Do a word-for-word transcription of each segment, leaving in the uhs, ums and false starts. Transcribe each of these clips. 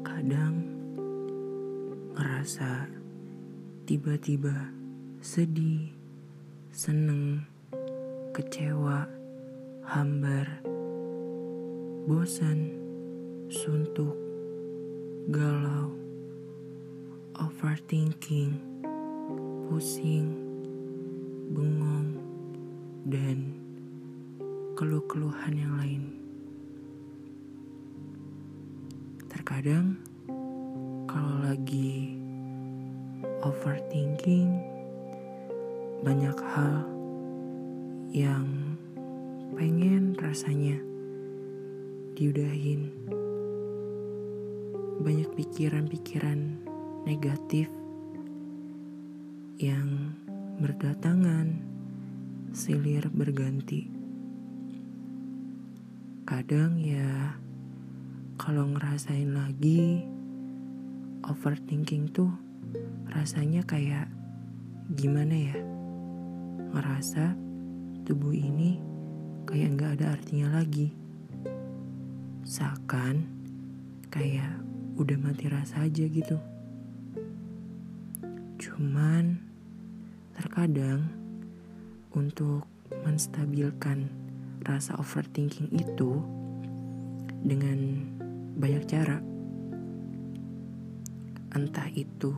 Kadang ngerasa tiba-tiba sedih, seneng, kecewa, hambar, bosan, suntuk, galau, overthinking, pusing, bengong, dan keluh-keluhan yang lain. Terkadang kalau lagi overthinking, banyak hal yang pengen rasanya diudahin. Banyak pikiran-pikiran negatif yang berdatangan silih berganti. Kadang ya kalau ngerasain lagi overthinking tuh rasanya kayak gimana ya, ngerasa tubuh ini kayak gak ada artinya lagi, seakan kayak udah mati rasa aja gitu. Cuman terkadang untuk menstabilkan rasa overthinking itu dengan banyak cara. Entah itu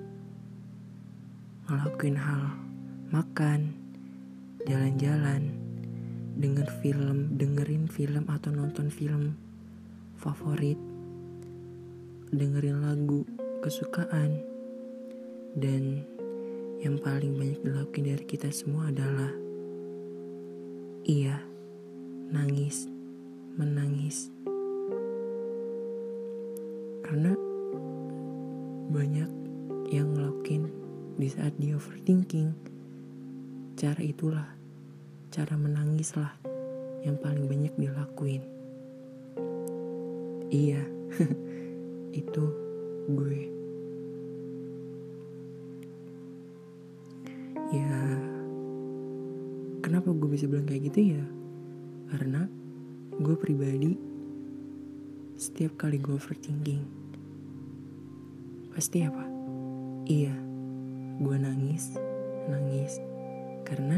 ngelakuin hal, makan, jalan-jalan, denger film, dengerin film atau nonton film favorit, dengerin lagu kesukaan, dan yang paling banyak dilakuin dari kita semua adalah iya, nangis, menangis. Karena banyak yang ngelakuin di saat dia overthinking, cara itulah, cara menangis lah yang paling banyak dilakuin. Iya, itu gue. Ya, kenapa gue bisa bilang kayak gitu ya? Karena gue pribadi setiap kali gue overthinking, pasti apa? Iya, gue nangis, nangis. Karena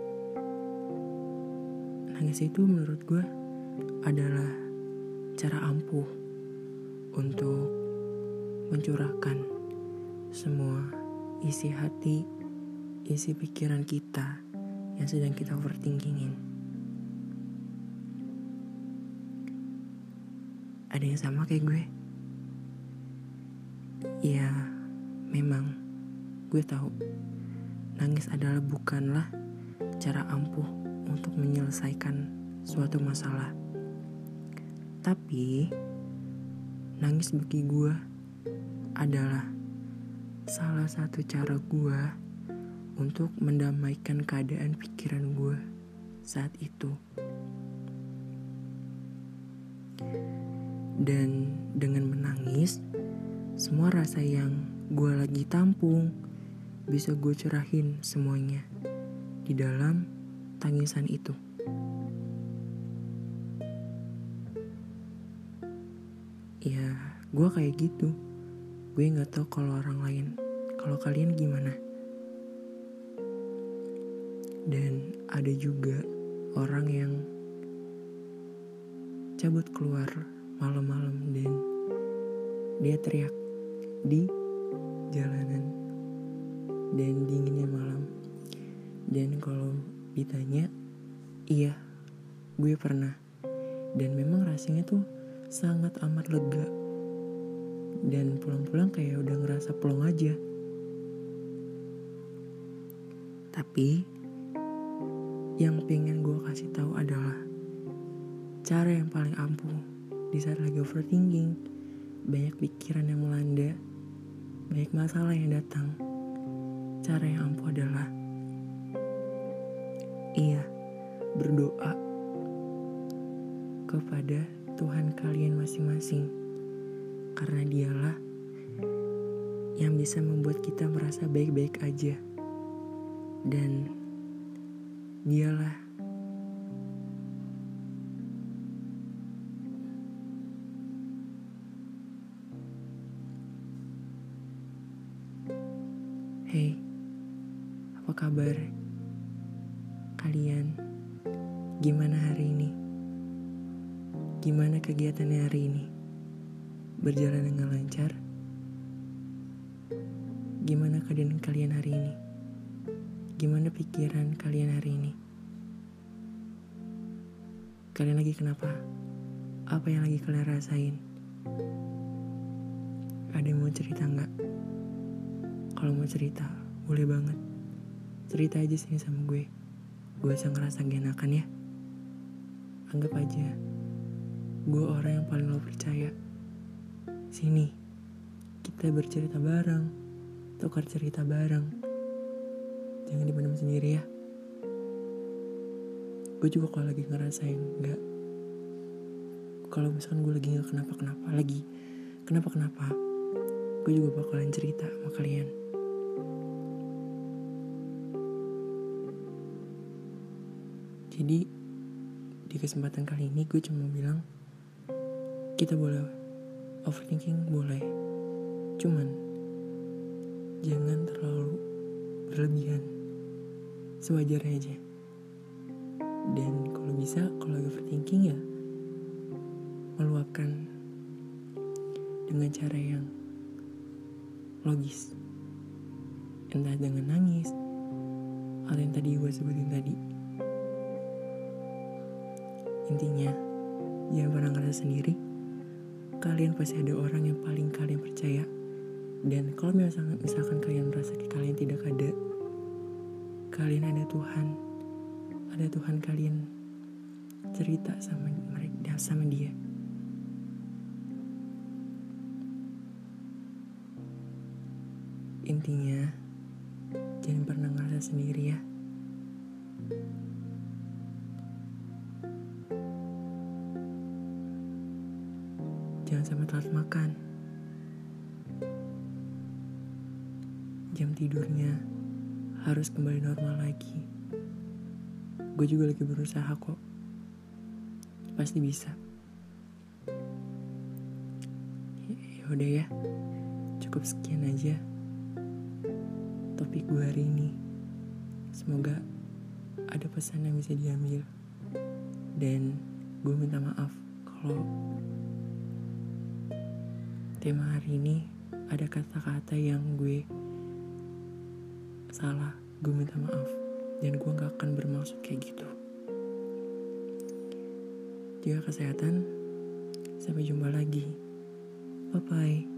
nangis itu menurut gue adalah cara ampuh untuk mencurahkan semua isi hati, isi pikiran kita yang sedang kita overthinkingin. Ada yang sama kayak gue? Ya, memang gue tahu nangis adalah bukanlah cara ampuh untuk menyelesaikan suatu masalah. Tapi nangis bagi gue adalah salah satu cara gue untuk mendamaikan keadaan pikiran gue saat itu. Dan dengan menangis, semua rasa yang gue lagi tampung bisa gue curahin semuanya di dalam tangisan itu. Ya, gue kayak gitu. Gue gak tahu kalau orang lain, kalau kalian gimana. Dan ada juga orang yang cabut keluar malam-malam dan dia teriak di jalanan dan dinginnya malam. Dan kalau ditanya, iya, gue pernah. Dan memang rasanya tuh sangat amat lega. Dan pulang-pulang kayak udah ngerasa plong aja. Tapi yang pengen gue kasih tahu adalah cara yang paling ampuh di saat lagi overthinking, banyak pikiran yang melanda, banyak masalah yang datang. Cara yang ampuh adalah iya, berdoa kepada Tuhan kalian masing-masing. Karena dialah yang bisa membuat kita merasa baik-baik aja. Dan dialah Hey, apa kabar kalian? Gimana hari ini? Gimana kegiatannya hari ini? Berjalan dengan lancar? Gimana keadaan kalian hari ini? Gimana pikiran kalian hari ini? Kalian lagi kenapa? Apa yang lagi kalian rasain? Ada yang mau cerita nggak? Kalau mau cerita, boleh banget. Cerita aja sini sama gue. Gue usah ngerasa gak enakan ya. Anggap aja gue orang yang paling lo percaya. Sini, kita bercerita bareng, tukar cerita bareng. Jangan dipendam sendiri ya. Gue juga kalau lagi ngerasain gak, kalau misalkan gue lagi gak kenapa-kenapa, lagi kenapa-kenapa, gue juga bakalan cerita sama kalian. Jadi di kesempatan kali ini gue cuma bilang, kita boleh overthinking, boleh, cuman jangan terlalu berlebihan, sewajarnya aja. Dan kalau bisa, kalau lagi overthinking ya meluapkan dengan cara yang logis, entah dengan nangis atau yang tadi gue sebutin tadi. Intinya, jangan pernah ngerasa sendiri. Kalian pasti ada orang yang paling kalian percaya. Dan kalau misalkan, misalkan kalian merasa kalian tidak ada, kalian ada Tuhan. Ada Tuhan, kalian cerita sama mereka, sama dia. Intinya, jangan pernah ngerasa sendiri ya. Jangan sampai telat makan. Jam tidurnya harus kembali normal lagi. Gue juga lagi berusaha kok. Pasti bisa. Ya udah ya. Cukup sekian aja topik gue hari ini. Semoga ada pesan yang bisa diambil. Dan gue minta maaf kalau tema hari ini ada kata-kata yang gue salah. Gue minta maaf. Dan gue gak akan bermaksud kayak gitu. Jaga kesehatan. Sampai jumpa lagi. Bye-bye.